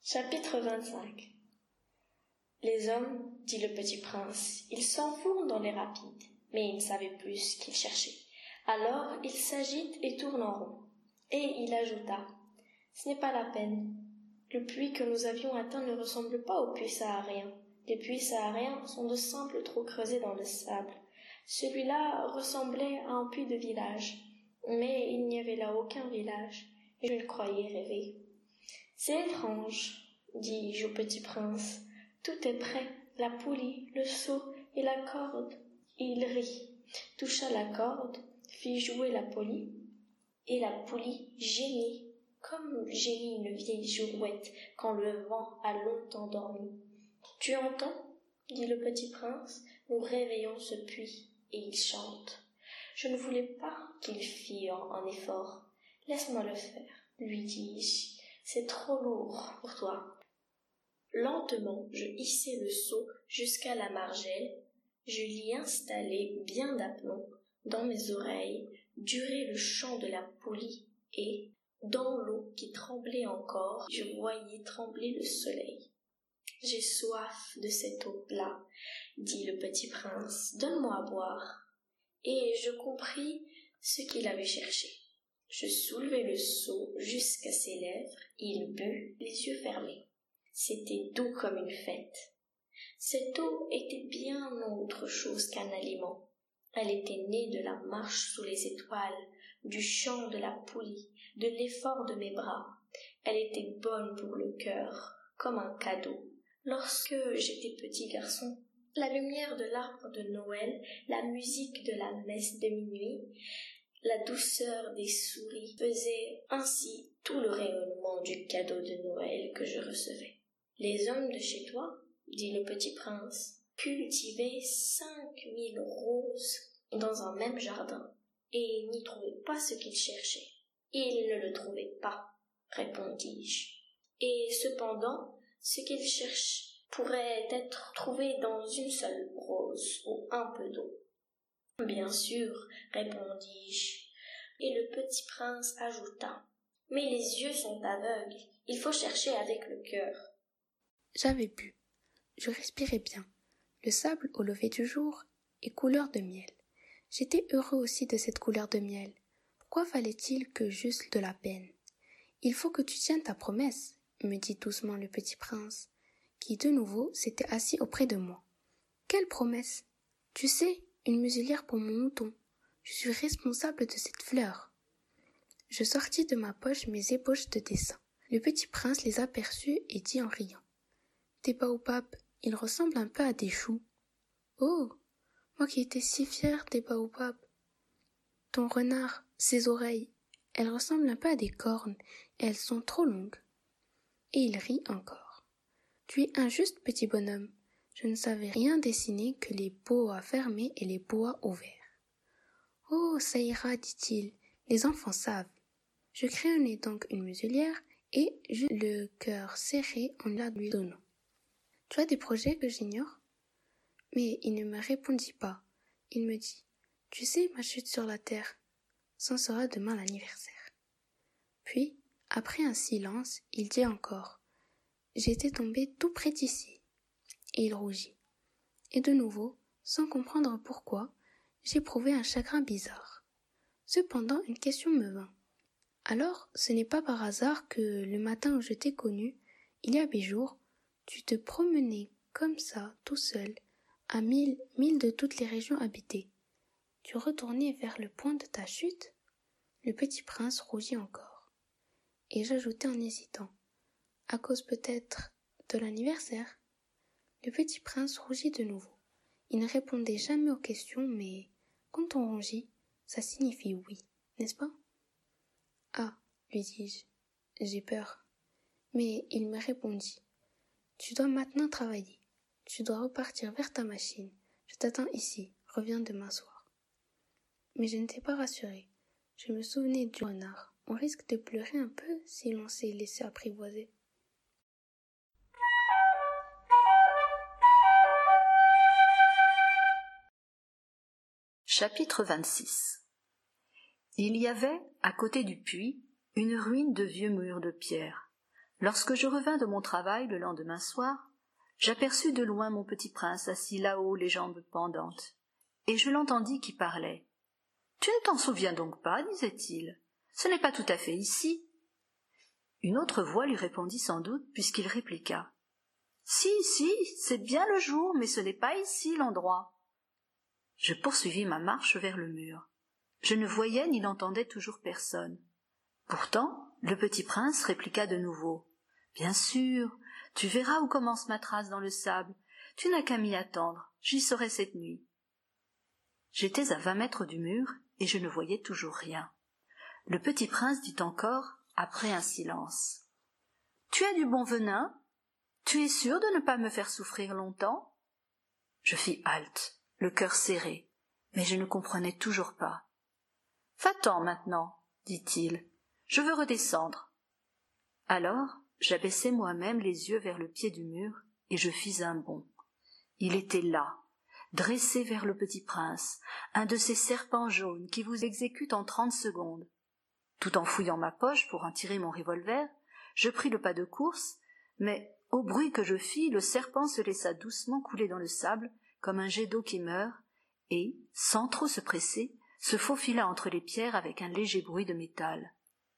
Chapitre 25. Les hommes, dit le petit prince, ils s'enfournent dans les rapides, mais ils ne savaient plus ce qu'ils cherchaient. Alors ils s'agitent et tournent en rond. Et il ajouta, ce n'est pas la peine. Le puits que nous avions atteint ne ressemble pas au puits saharien. Les puits sahariens sont de simples trous creusés dans le sable. Celui-là ressemblait à un puits de village, mais il n'y avait là aucun village, et je le croyais rêver. C'est étrange, dis-je au petit prince. Tout est prêt, la poulie, le seau et la corde. Il rit, toucha la corde, fit jouer la poulie, et la poulie gémit, comme gémit une vieille girouette quand le vent a longtemps dormi. Tu entends, dit le petit prince, nous réveillons ce puits, et il chante. Je ne voulais pas qu'il fît un effort. Laisse-moi le faire, lui dis-je. C'est trop lourd pour toi. Lentement, je hissai le seau jusqu'à la margelle, je l'y installai bien d'aplomb dans mes oreilles, durait le chant de la poulie, et, dans l'eau qui tremblait encore, je voyais trembler le soleil. J'ai soif de cette eau-là, dit le petit prince, donne-moi à boire. Et je compris ce qu'il avait cherché. Je soulevai le seau jusqu'à ses lèvres, il but, les yeux fermés. C'était doux comme une fête. Cette eau était bien autre chose qu'un aliment. Elle était née de la marche sous les étoiles, du chant de la poulie, de l'effort de mes bras. Elle était bonne pour le cœur, comme un cadeau. Lorsque j'étais petit garçon, la lumière de l'arbre de Noël, la musique de la messe de minuit, la douceur des souris faisaient ainsi tout le rayonnement du cadeau de Noël que je recevais. Les hommes de chez toi, dit le petit prince, cultivaient 5000 roses dans un même jardin, et n'y trouvaient pas ce qu'ils cherchaient. Ils ne le trouvaient pas, répondis-je. Et cependant, ce qu'ils cherchent pourrait être trouvé dans une seule rose ou un peu d'eau. Bien sûr, répondis-je, et le petit prince ajouta, mais les yeux sont aveugles, il faut chercher avec le cœur. J'avais bu, je respirais bien, le sable au lever du jour est couleur de miel. J'étais heureux aussi de cette couleur de miel. Pourquoi fallait-il que j'eusse de la peine? Il faut que tu tiennes ta promesse, me dit doucement le petit prince, qui de nouveau s'était assis auprès de moi. Quelle promesse? Tu sais, une muselière pour mon mouton. Je suis responsable de cette fleur. Je sortis de ma poche mes ébauches de dessin. Le petit prince les aperçut et dit en riant. Tes baobabs, ils ressemblent un peu à des choux. Oh, moi qui étais si fière des baobabs. Ton renard, ses oreilles, elles ressemblent un peu à des cornes et elles sont trop longues. Et il rit encore. Tu es injuste, petit bonhomme. Je ne savais rien dessiner que les boas fermés et les boas ouverts. Oh, ça ira, dit-il, les enfants savent. Je crayonnai donc une muselière et j'eus le cœur serré en la lui donnant. Tu as des projets que j'ignore? Mais il ne me répondit pas. Il me dit, tu sais ma chute sur la terre, c'en sera demain l'anniversaire. Puis, après un silence, il dit encore, j'étais tombé tout près d'ici. Et il rougit. Et de nouveau, sans comprendre pourquoi, j'éprouvai un chagrin bizarre. Cependant, une question me vint. Alors, ce n'est pas par hasard que le matin où je t'ai connu, il y a 8 jours, tu te promenais comme ça, tout seul, à 1000 milles de toutes les régions habitées. Tu retournais vers le point de ta chute? Le petit prince rougit encore. Et j'ajoutai en hésitant, à cause peut-être de l'anniversaire? Le petit prince rougit de nouveau. Il ne répondait jamais aux questions, mais quand on rougit, ça signifie oui, n'est-ce pas? Ah, lui dis-je, j'ai peur. Mais il me répondit, tu dois maintenant travailler. Tu dois repartir vers ta machine. Je t'attends ici, reviens demain soir. Mais je n'étais pas rassurée. Je me souvenais du renard. On risque de pleurer un peu si l'on s'est laissé apprivoiser. Chapitre 26. Il y avait, à côté du puits, une ruine de vieux murs de pierre. Lorsque je revins de mon travail le lendemain soir, j'aperçus de loin mon petit prince assis là-haut, les jambes pendantes, et je l'entendis qui parlait. « Tu ne t'en souviens donc pas, disait-il. Ce n'est pas tout à fait ici. » Une autre voix lui répondit sans doute, puisqu'il répliqua. « Si, c'est bien le jour, mais ce n'est pas ici l'endroit. » Je poursuivis ma marche vers le mur. Je ne voyais ni n'entendais toujours personne. Pourtant, le petit prince répliqua de nouveau. « Bien sûr, tu verras où commence ma trace dans le sable. Tu n'as qu'à m'y attendre, j'y serai cette nuit. » J'étais à 20 mètres du mur, et je ne voyais toujours rien. Le petit prince dit encore, après un silence. « Tu as du bon venin ? Tu es sûr de ne pas me faire souffrir longtemps ?» Je fis halte, le cœur serré, mais je ne comprenais toujours pas. « Va-t'en maintenant, dit-il, je veux redescendre. » Alors, j'abaissai moi-même les yeux vers le pied du mur, et je fis un bond. Il était là, dressé vers le petit prince, un de ces serpents jaunes qui vous exécutent en 30 secondes. Tout en fouillant ma poche pour en tirer mon revolver, je pris le pas de course, mais au bruit que je fis, le serpent se laissa doucement couler dans le sable comme un jet d'eau qui meurt, et, sans trop se presser, se faufila entre les pierres avec un léger bruit de métal.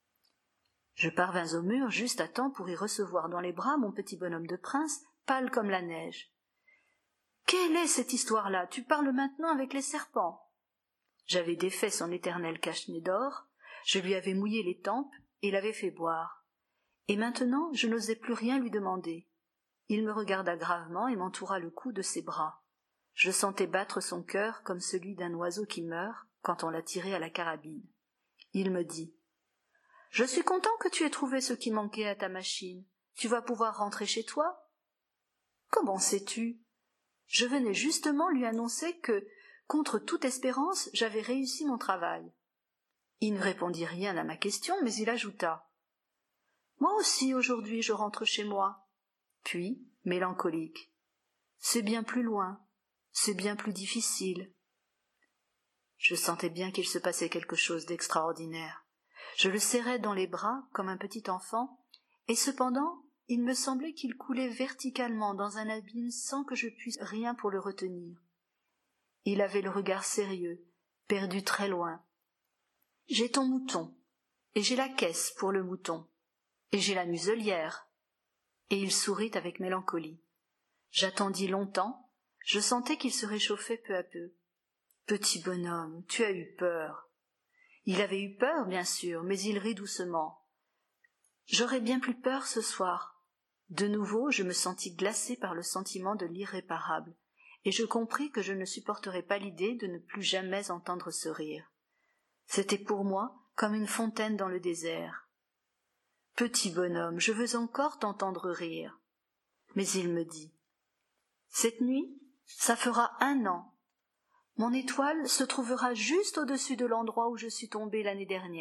Je parvins au mur juste à temps pour y recevoir dans les bras mon petit bonhomme de prince, pâle comme la neige. « Quelle est cette histoire-là ? Tu parles maintenant avec les serpents !» J'avais défait son éternel cache-nez d'or, je lui avais mouillé les tempes et l'avais fait boire. Et maintenant, je n'osais plus rien lui demander. Il me regarda gravement et m'entoura le cou de ses bras. Je sentais battre son cœur comme celui d'un oiseau qui meurt quand on l'a tiré à la carabine. Il me dit « Je suis content que tu aies trouvé ce qui manquait à ta machine. Tu vas pouvoir rentrer chez toi ?»« Comment sais-tu » Je venais justement lui annoncer que, contre toute espérance, j'avais réussi mon travail. Il ne répondit rien à ma question, mais il ajouta « Moi aussi, aujourd'hui, je rentre chez moi. » Puis, mélancolique, « C'est bien plus loin, c'est bien plus difficile. » Je sentais bien qu'il se passait quelque chose d'extraordinaire. Je le serrais dans les bras comme un petit enfant, et cependant, il me semblait qu'il coulait verticalement dans un abîme sans que je puisse rien pour le retenir. Il avait le regard sérieux, perdu très loin. « J'ai ton mouton, et j'ai la caisse pour le mouton, et j'ai la muselière. » Et il sourit avec mélancolie. J'attendis longtemps, je sentais qu'il se réchauffait peu à peu. « Petit bonhomme, tu as eu peur. » Il avait eu peur, bien sûr, mais il rit doucement. « J'aurais bien plus peur ce soir. » De nouveau, je me sentis glacé par le sentiment de l'irréparable, et je compris que je ne supporterais pas l'idée de ne plus jamais entendre ce rire. C'était pour moi comme une fontaine dans le désert. « Petit bonhomme, je veux encore t'entendre rire. » Mais il me dit « Cette nuit, ça fera 1 an. Mon étoile se trouvera juste au-dessus de l'endroit où je suis tombé l'année dernière. »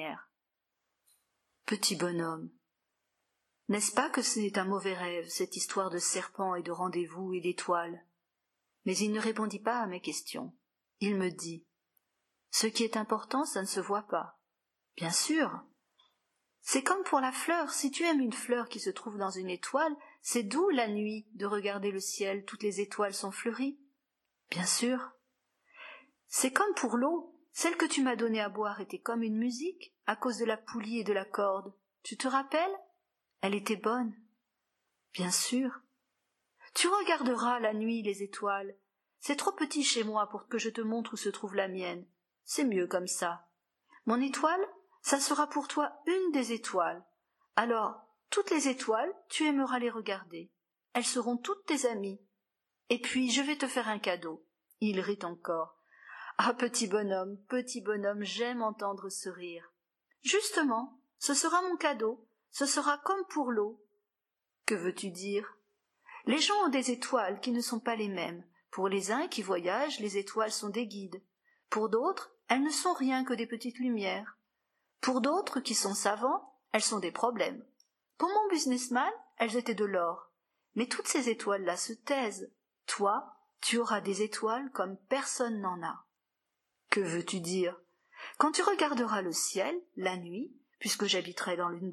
Petit bonhomme, n'est-ce pas que c'est un mauvais rêve, cette histoire de serpent et de rendez-vous et d'étoiles ? Mais il ne répondit pas à mes questions. Il me dit « Ce qui est important, ça ne se voit pas. » Bien sûr. C'est comme pour la fleur, si tu aimes une fleur qui se trouve dans une étoile, c'est doux la nuit de regarder le ciel, toutes les étoiles sont fleuries. Bien sûr. C'est comme pour l'eau, celle que tu m'as donnée à boire était comme une musique, à cause de la poulie et de la corde. Tu te rappelles ? Elle était bonne. Bien sûr. Tu regarderas la nuit les étoiles. C'est trop petit chez moi pour que je te montre où se trouve la mienne. C'est mieux comme ça. Mon étoile, ça sera pour toi une des étoiles. Alors, toutes les étoiles, tu aimeras les regarder. Elles seront toutes tes amies. Et puis, je vais te faire un cadeau. Il rit encore. Ah, petit bonhomme, j'aime entendre ce rire. Justement, ce sera mon cadeau. Ce sera comme pour l'eau. Que veux-tu dire ? Les gens ont des étoiles qui ne sont pas les mêmes. Pour les uns qui voyagent, les étoiles sont des guides. Pour d'autres, elles ne sont rien que des petites lumières. Pour d'autres qui sont savants, elles sont des problèmes. Pour mon businessman, elles étaient de l'or. Mais toutes ces étoiles-là se taisent. Toi, tu auras des étoiles comme personne n'en a. Que veux-tu dire ? Quand tu regarderas le ciel, la nuit, puisque j'habiterai dans l'une d'elles,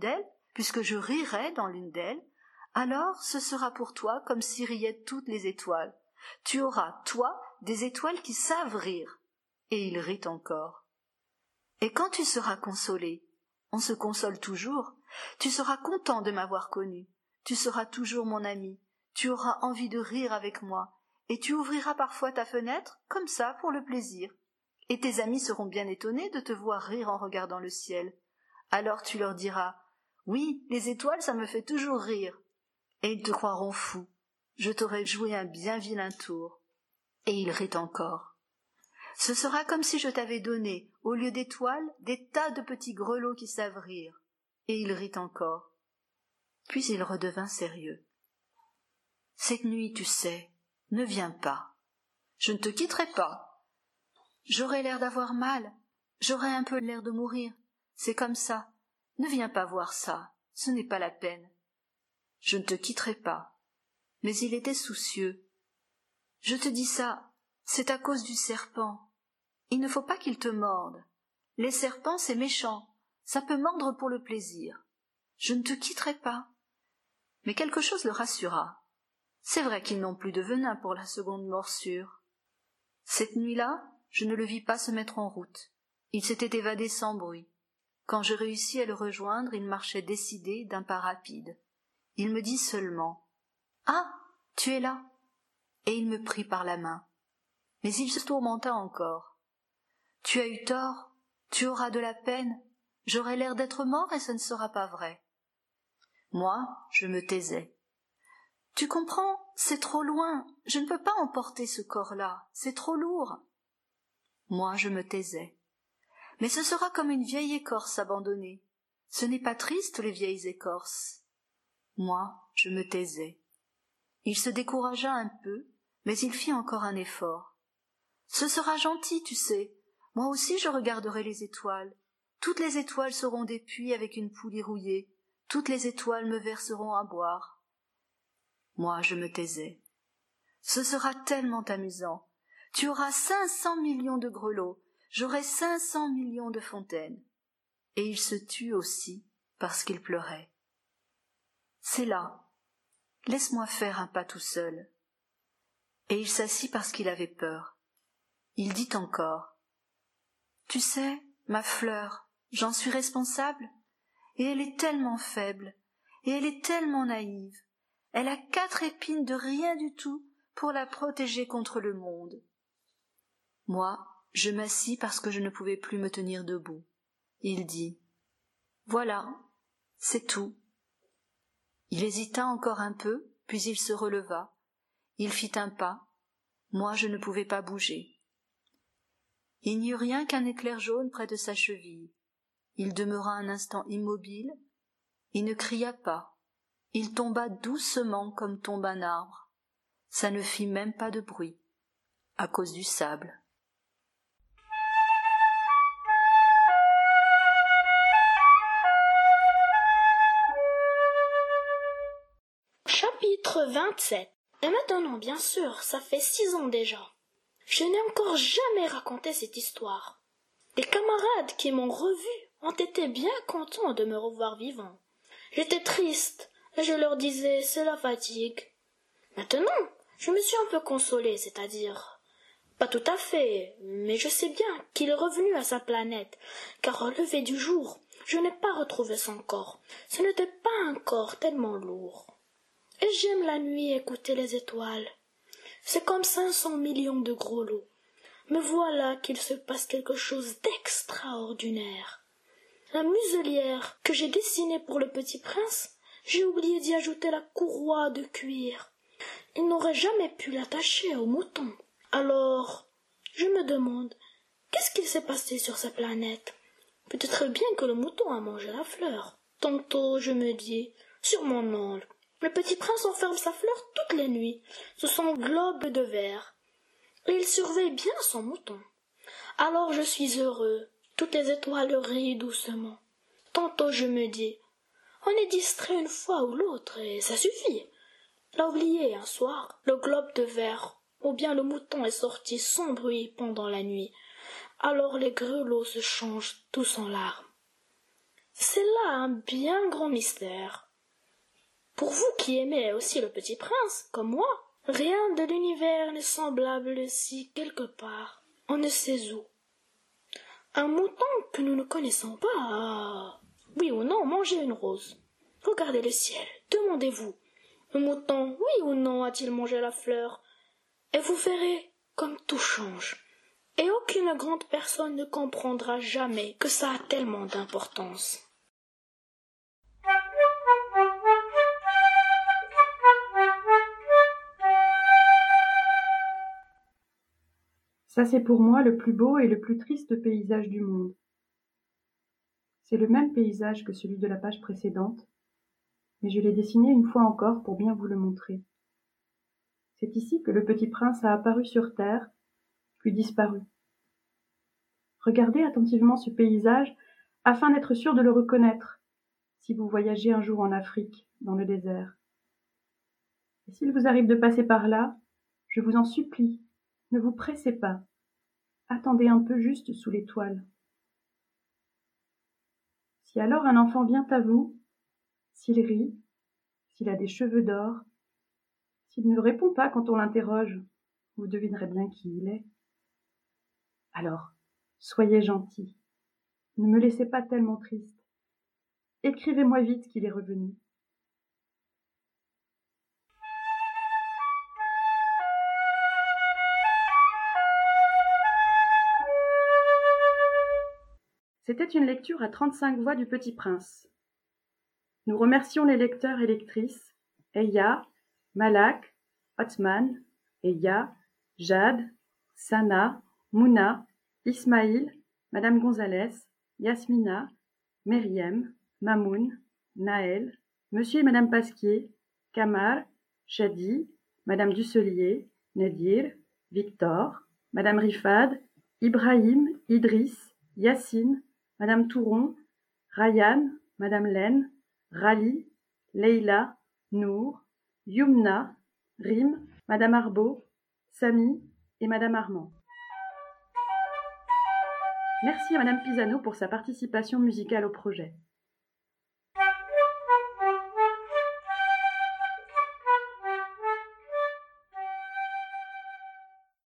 puisque je rirai dans l'une d'elles, alors ce sera pour toi comme si riaient toutes les étoiles. Tu auras, toi, des étoiles qui savent rire. » Et il rit encore. « Et quand tu seras consolé, on se console toujours, tu seras content de m'avoir connu, tu seras toujours mon ami, tu auras envie de rire avec moi, et tu ouvriras parfois ta fenêtre, comme ça, pour le plaisir. Et tes amis seront bien étonnés de te voir rire en regardant le ciel. Alors tu leur diras « Oui, les étoiles, ça me fait toujours rire. » Et ils te croiront fou. Je t'aurai joué un bien vilain tour. Et il rit encore. Ce sera comme si je t'avais donné, au lieu d'étoiles, des tas de petits grelots qui savent rire. Et il rit encore. Puis il redevint sérieux. Cette nuit, tu sais, ne viens pas. Je ne te quitterai pas. J'aurai l'air d'avoir mal. J'aurai un peu l'air de mourir. C'est comme ça. Ne viens pas voir ça. Ce n'est pas la peine. Je ne te quitterai pas. Mais il était soucieux. Je te dis ça, c'est à cause du serpent. Il ne faut pas qu'il te morde. Les serpents, c'est méchant. Ça peut mordre pour le plaisir. Je ne te quitterai pas. Mais quelque chose le rassura. C'est vrai qu'ils n'ont plus de venin pour la seconde morsure. Cette nuit-là, je ne le vis pas se mettre en route. Il s'était évadé sans bruit. Quand je réussis à le rejoindre, il marchait décidé d'un pas rapide. Il me dit seulement « Ah, tu es là !» Et il me prit par la main. Mais il se tourmenta encore. « Tu as eu tort, tu auras de la peine, j'aurai l'air d'être mort et ce ne sera pas vrai. » Moi, je me taisais. « Tu comprends, c'est trop loin, je ne peux pas emporter ce corps-là, c'est trop lourd. » Moi, je me taisais. « Mais ce sera comme une vieille écorce abandonnée. Ce n'est pas triste, les vieilles écorces. » Moi, je me taisais. Il se découragea un peu, mais il fit encore un effort. « Ce sera gentil, tu sais. Moi aussi je regarderai les étoiles. Toutes les étoiles seront des puits avec une poulie rouillée. Toutes les étoiles me verseront à boire. » Moi, je me taisais. « Ce sera tellement amusant. Tu auras 500 millions de grelots. J'aurai 500 millions de fontaines. » Et il se tut aussi parce qu'il pleurait. « C'est là. Laisse-moi faire un pas tout seul. » Et il s'assit parce qu'il avait peur. Il dit encore « Tu sais, ma fleur, j'en suis responsable, et elle est tellement faible, et elle est tellement naïve. Elle a 4 épines de rien du tout pour la protéger contre le monde. » Moi, je m'assis parce que je ne pouvais plus me tenir debout. Il dit « Voilà, c'est tout. » Il hésita encore un peu, puis il se releva. Il fit un pas. Moi, je ne pouvais pas bouger. Il n'y eut rien qu'un éclair jaune près de sa cheville. Il demeura un instant immobile. Il ne cria pas. Il tomba doucement comme tombe un arbre. Ça ne fit même pas de bruit, à cause du sable. Chapitre 27. Et maintenant, bien sûr, ça fait 6 ans déjà. Je n'ai encore jamais raconté cette histoire. Les camarades qui m'ont revu ont été bien contents de me revoir vivant. J'étais triste, et je leur disais, c'est la fatigue. Maintenant, je me suis un peu consolée, c'est-à-dire, pas tout à fait, mais je sais bien qu'il est revenu à sa planète, car au lever du jour, je n'ai pas retrouvé son corps. Ce n'était pas un corps tellement lourd. Et j'aime la nuit écouter les étoiles. C'est comme 500 millions de gros lots. Mais voilà qu'il se passe quelque chose d'extraordinaire. La muselière que j'ai dessinée pour le petit prince, j'ai oublié d'y ajouter la courroie de cuir. Il n'aurait jamais pu l'attacher au mouton. Alors, je me demande, qu'est-ce qu'il s'est passé sur sa planète? Peut-être bien que le mouton a mangé la fleur. Tantôt, je me dis, sûrement non. Le petit prince enferme sa fleur toutes les nuits sous son globe de verre, et il surveille bien son mouton. Alors je suis heureux, toutes les étoiles rient doucement. Tantôt je me dis, on est distrait une fois ou l'autre, et ça suffit. L'a oublié un soir, le globe de verre, ou bien le mouton est sorti sans bruit pendant la nuit. Alors les grelots se changent tous en larmes. C'est là un bien grand mystère. Pour vous qui aimez aussi le Petit Prince, comme moi, rien de l'univers n'est semblable ici quelque part, on ne sait où. Un mouton que nous ne connaissons pas a, oui ou non, mangé une rose. Regardez le ciel, demandez-vous, le mouton, oui ou non, a-t-il mangé la fleur? Et vous verrez comme tout change. Et aucune grande personne ne comprendra jamais que ça a tellement d'importance. Ça, c'est pour moi le plus beau et le plus triste paysage du monde. C'est le même paysage que celui de la page précédente, mais je l'ai dessiné une fois encore pour bien vous le montrer. C'est ici que le petit prince a apparu sur terre, puis disparu. Regardez attentivement ce paysage afin d'être sûr de le reconnaître si vous voyagez un jour en Afrique, dans le désert. Et s'il vous arrive de passer par là, je vous en supplie, ne vous pressez pas. Attendez un peu juste sous les toiles. Si alors un enfant vient à vous, s'il rit, s'il a des cheveux d'or, s'il ne répond pas quand on l'interroge, vous devinerez bien qui il est. Alors, soyez gentil. Ne me laissez pas tellement triste. Écrivez-moi vite qu'il est revenu. C'était une lecture à 35 voix du Petit Prince. Nous remercions les lecteurs et lectrices Eya, Malak, Othman, Eya, Jade, Sana, Mouna, Ismaïl, Madame Gonzalez, Yasmina, Meriem, Mamoun, Naël, Monsieur et Madame Pasquier, Kamar, Shadi, Madame Dusselier, Nedir, Victor, Madame Rifad, Ibrahim, Idriss, Yassine, Madame Touron, Ryan, Madame Laine, Rali, Leila, Nour, Yumna, Rim, Madame Arbaud, Samy et Madame Armand. Merci à Madame Pisano pour sa participation musicale au projet.